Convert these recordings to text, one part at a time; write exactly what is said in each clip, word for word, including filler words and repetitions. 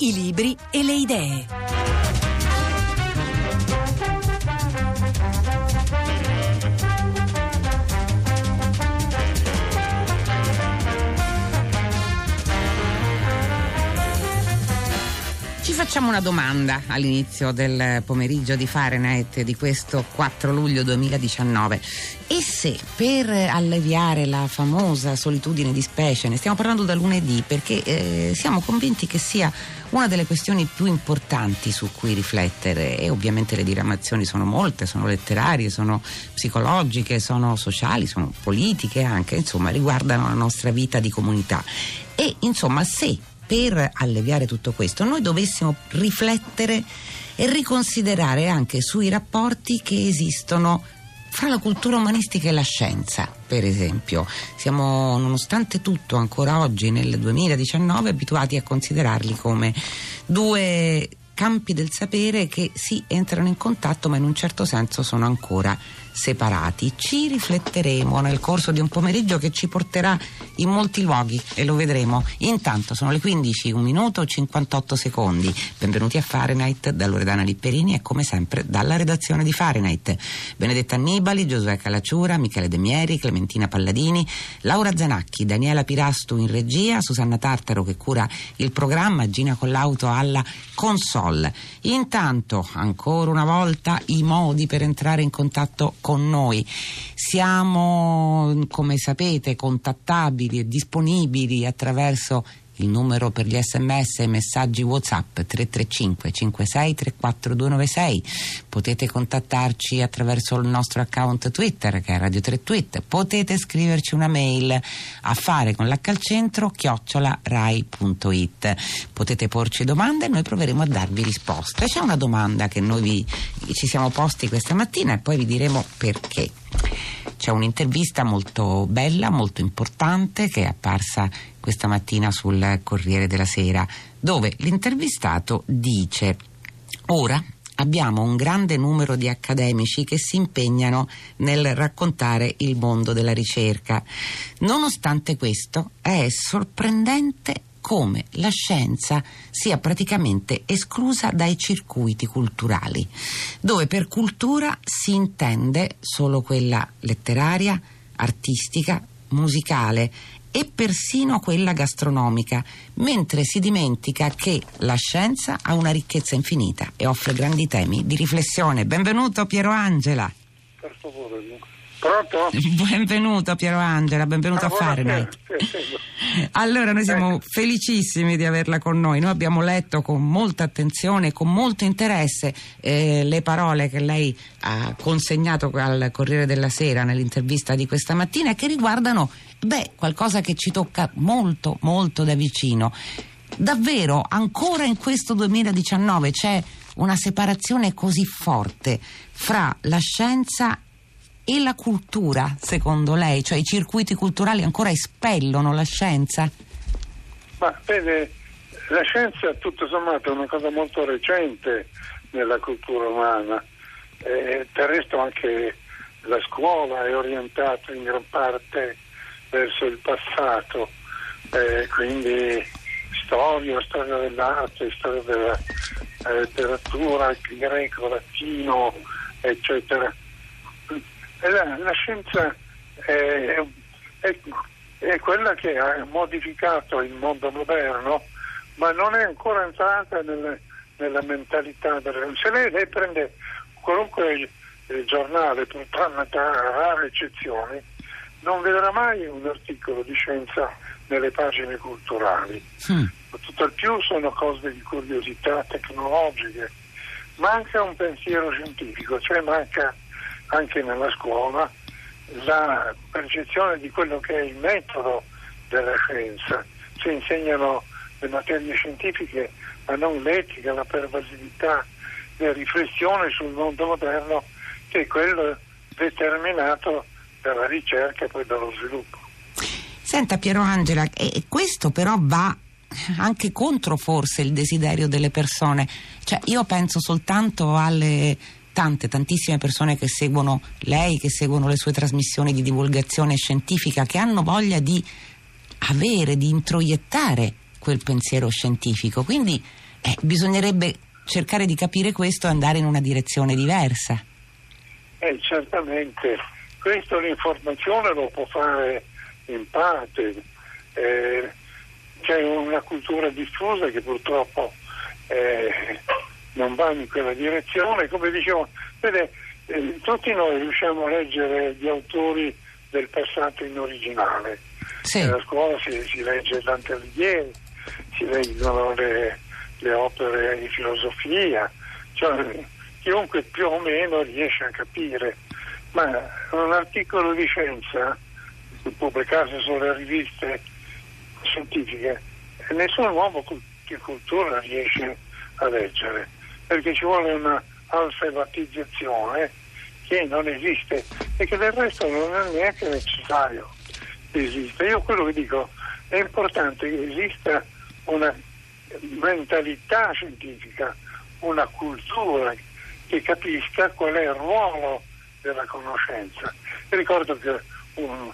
i libri e le idee. Ci facciamo una domanda all'inizio del pomeriggio di Fahrenheit di questo quattro luglio duemiladiciannove. E se per alleviare la famosa solitudine di specie, ne stiamo parlando da lunedì perché eh, siamo convinti che sia una delle questioni più importanti su cui riflettere, e ovviamente le diramazioni sono molte, sono letterarie, sono psicologiche, sono sociali, sono politiche anche, insomma riguardano la nostra vita di comunità. E insomma, se per alleviare tutto questo noi dovessimo riflettere e riconsiderare anche sui rapporti che esistono fra la cultura umanistica e la scienza, per esempio, siamo nonostante tutto ancora oggi nel duemiladiciannove abituati a considerarli come due campi del sapere che sì, entrano in contatto, ma in un certo senso sono ancora separati. Ci rifletteremo nel corso di un pomeriggio che ci porterà in molti luoghi e lo vedremo. Intanto sono le quindici, un minuto e cinquantotto secondi. Benvenuti a Fahrenheit da Loredana Lipperini e come sempre dalla redazione di Fahrenheit. Benedetta Annibali, Giosuè Calacciura, Michele De Mieri, Clementina Palladini, Laura Zanacchi, Daniela Pirastu in regia, Susanna Tartaro che cura il programma, Gina Collauto alla console. Intanto, ancora una volta, i modi per entrare in contatto con noi. Siamo, come sapete, contattabili e disponibili attraverso il numero per gli sms e messaggi WhatsApp tre tre cinque cinque sei tre quattro due nove sei. Potete contattarci attraverso il nostro account Twitter che è Radio tre Tweet. Potete scriverci una mail a fare con l'H al centro chiocciola rai punto it. Potete porci domande e noi proveremo a darvi risposte. C'è una domanda che noi vi, ci siamo posti questa mattina e poi vi diremo perché. C'è un'intervista molto bella, molto importante che è apparsa questa mattina sul Corriere della Sera, dove l'intervistato dice: ora abbiamo un grande numero di accademici che si impegnano nel raccontare il mondo della ricerca. Nonostante questo, è sorprendente come la scienza sia praticamente esclusa dai circuiti culturali, dove per cultura si intende solo quella letteraria, artistica, musicale e persino quella gastronomica, mentre si dimentica che la scienza ha una ricchezza infinita e offre grandi temi di riflessione. Benvenuto Piero Angela. Per favore. Pronto? Benvenuto Piero Angela, benvenuto ah, a Fahrenheit. Allora, noi siamo felicissimi di averla con noi. Noi abbiamo letto con molta attenzione, con molto interesse eh, le parole che lei ha consegnato al Corriere della Sera nell'intervista di questa mattina e che riguardano, beh, qualcosa che ci tocca molto, molto da vicino. Davvero, ancora in questo duemiladiciannove c'è una separazione così forte fra la scienza e la cultura, secondo lei? Cioè i circuiti culturali ancora espellono la scienza? Ma vede, la scienza tutto sommato è una cosa molto recente nella cultura umana, eh, del resto anche la scuola è orientata in gran parte verso il passato, eh, quindi storia, storia dell'arte, storia della eh, letteratura, greco, latino, eccetera. La, la scienza è, è, è quella che ha modificato il mondo moderno, ma non è ancora entrata nel, nella mentalità delle... Se lei, lei prende qualunque eh, giornale, tranne rare eccezioni, non vedrà mai un articolo di scienza nelle pagine culturali. Mm. Tutto il più sono cose di curiosità tecnologiche. Manca un pensiero scientifico, cioè manca anche nella scuola la percezione di quello che è il metodo della scienza. Si insegnano le materie scientifiche, ma non l'etica, la pervasività, la riflessione sul mondo moderno, che è quello determinato dalla ricerca e poi dallo sviluppo. Senta Piero Angela, e questo però va anche contro forse il desiderio delle persone. Cioè io penso soltanto alle tante, tantissime persone che seguono lei, che seguono le sue trasmissioni di divulgazione scientifica, che hanno voglia di avere, di introiettare quel pensiero scientifico. Quindi Eh, bisognerebbe cercare di capire questo e andare in una direzione diversa. Eh, certamente, questo l'informazione lo può fare in parte, eh, c'è una cultura diffusa che purtroppo eh, non va in quella direzione, come dicevo, vede, eh, tutti noi riusciamo a leggere gli autori del passato in originale, sì. Nella scuola si, si legge Dante Alighieri, si leggono le, le opere di filosofia, cioè chiunque più o meno riesce a capire, ma un articolo di scienza pubblicato sulle riviste scientifiche nessun uomo di cultura riesce a leggere, perché ci vuole una alfabetizzazione che non esiste e che del resto non è neanche necessario esiste. Io quello che dico è importante che esista una mentalità scientifica, una cultura che capisca qual è il ruolo della conoscenza. Io ricordo che un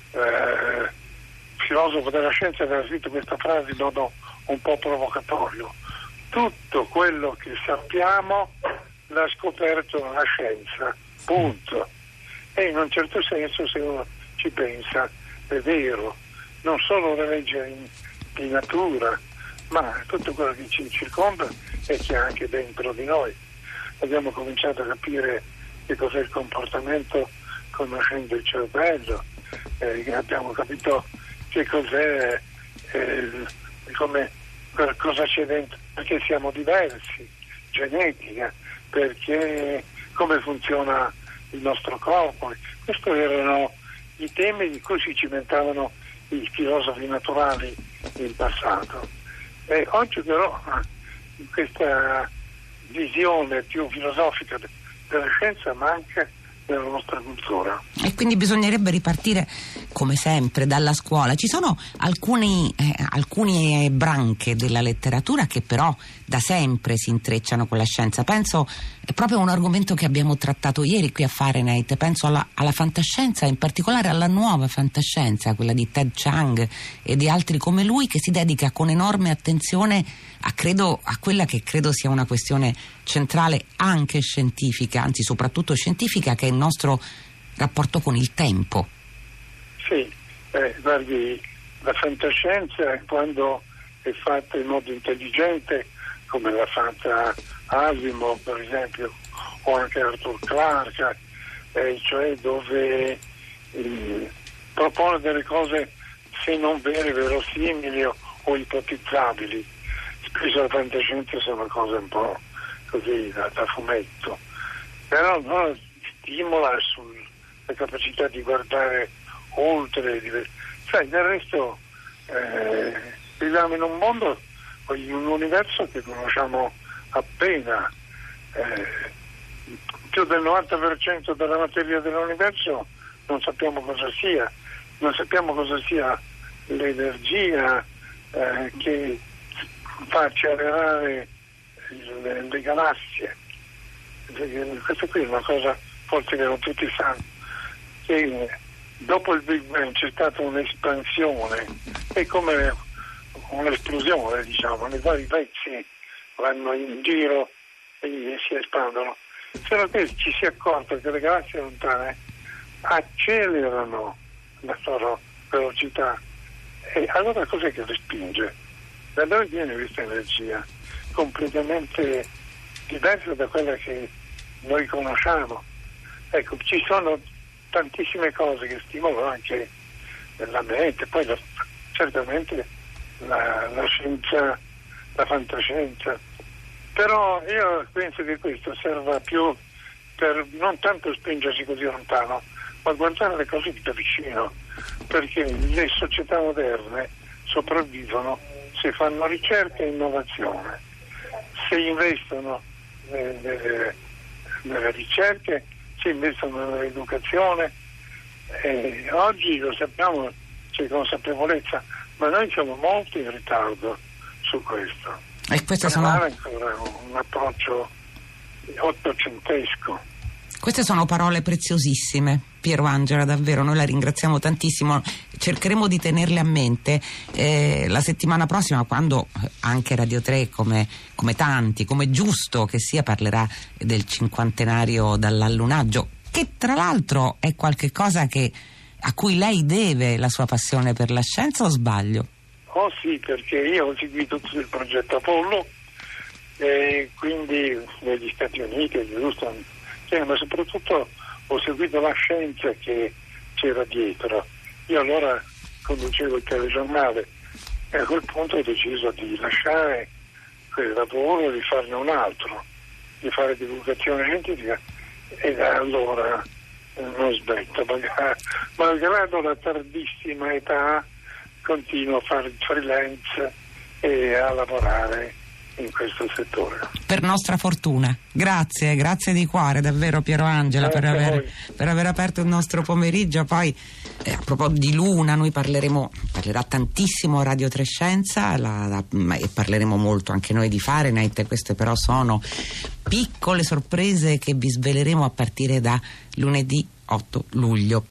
eh, filosofo della scienza aveva scritto questa frase in modo un po' provocatorio: tutto quello che sappiamo l'ha scoperto la scienza, punto. E in un certo senso, se uno ci pensa, è vero, non solo le leggi di natura, ma tutto quello che ci circonda e che è anche dentro di noi. Abbiamo cominciato a capire che cos'è il comportamento conoscendo il cervello, eh, abbiamo capito che cos'è, eh, come, per cosa c'è dentro, perché siamo diversi, genetica, perché come funziona il nostro corpo. Questi erano i temi di cui si cimentavano i filosofi naturali in passato. E oggi però questa visione più filosofica della scienza manca nella nostra cultura. E quindi bisognerebbe ripartire come sempre dalla scuola. Ci sono alcuni eh, alcune branche della letteratura che però da sempre si intrecciano con la scienza. Penso è proprio un argomento che abbiamo trattato ieri qui a Fahrenheit, penso alla, alla fantascienza, in particolare alla nuova fantascienza, quella di Ted Chiang e di altri come lui, che si dedica con enorme attenzione a, credo, a quella che credo sia una questione centrale anche scientifica, anzi soprattutto scientifica, che è il nostro rapporto con il tempo. Sì, eh, guardi, la fantascienza quando è fatta in modo intelligente, come l'ha fatta Asimov per esempio, o anche Arthur Clarke, eh, cioè dove eh, propone delle cose se non vere, verosimili o, o ipotizzabili. Spesso la fantascienza sono cose un po' così da, da fumetto, però no, stimola sulla capacità di guardare oltre, di, sai, del resto eh, viviamo in un mondo, in un universo che conosciamo appena, eh, più del novanta per cento della materia dell'universo non sappiamo cosa sia, non sappiamo cosa sia l'energia eh, che fa accelerare le, le galassie. Questa qui è una cosa forse che non tutti sanno, che dopo il Big Bang c'è stata un'espansione, è come un'esplosione, diciamo, i vari pezzi vanno in giro e si espandono. Solo che ci si è accorto che le galassie lontane accelerano la loro velocità, e allora cos'è che le spinge? Da dove viene questa energia? Completamente diversa da quella che noi conosciamo. Ecco, ci sono tantissime cose che stimolano anche la mente, poi la, certamente la, la scienza, la fantascienza, però io penso che questo serva più per non tanto spingersi così lontano, ma guardare le cose da vicino, perché le società moderne sopravvivono se fanno ricerca e innovazione, se investono nelle, nelle ricerche, se investono nell'educazione. E oggi lo sappiamo, c'è consapevolezza, ma noi siamo molto in ritardo su questo. E questo sono sono ancora un approccio ottocentesco. Queste sono parole preziosissime, Piero Angela, davvero, noi la ringraziamo tantissimo, cercheremo di tenerle a mente eh, la settimana prossima, quando anche Radio tre, come, come tanti, come giusto che sia, parlerà del cinquantenario dall'allunaggio, che tra l'altro è qualche cosa che, a cui lei deve la sua passione per la scienza, o sbaglio? Oh sì, perché io ho seguito tutto il progetto Apollo, e quindi negli Stati Uniti, in Houston, cioè, ma soprattutto ho seguito la scienza che c'era dietro. Io allora conducevo il telegiornale e a quel punto ho deciso di lasciare quel lavoro e di farne un altro, di fare divulgazione scientifica, e da allora non smetto, malgrado la tardissima età continuo a fare freelance e a lavorare in questo settore. Per nostra fortuna. Grazie, grazie di cuore davvero Piero Angela per aver, per aver aperto il nostro pomeriggio. Poi eh, a proposito di Luna, noi parleremo, parlerà tantissimo Radio tre Scienza la, la, e parleremo molto anche noi di Fahrenheit. Queste però sono piccole sorprese che vi sveleremo a partire da lunedì otto luglio.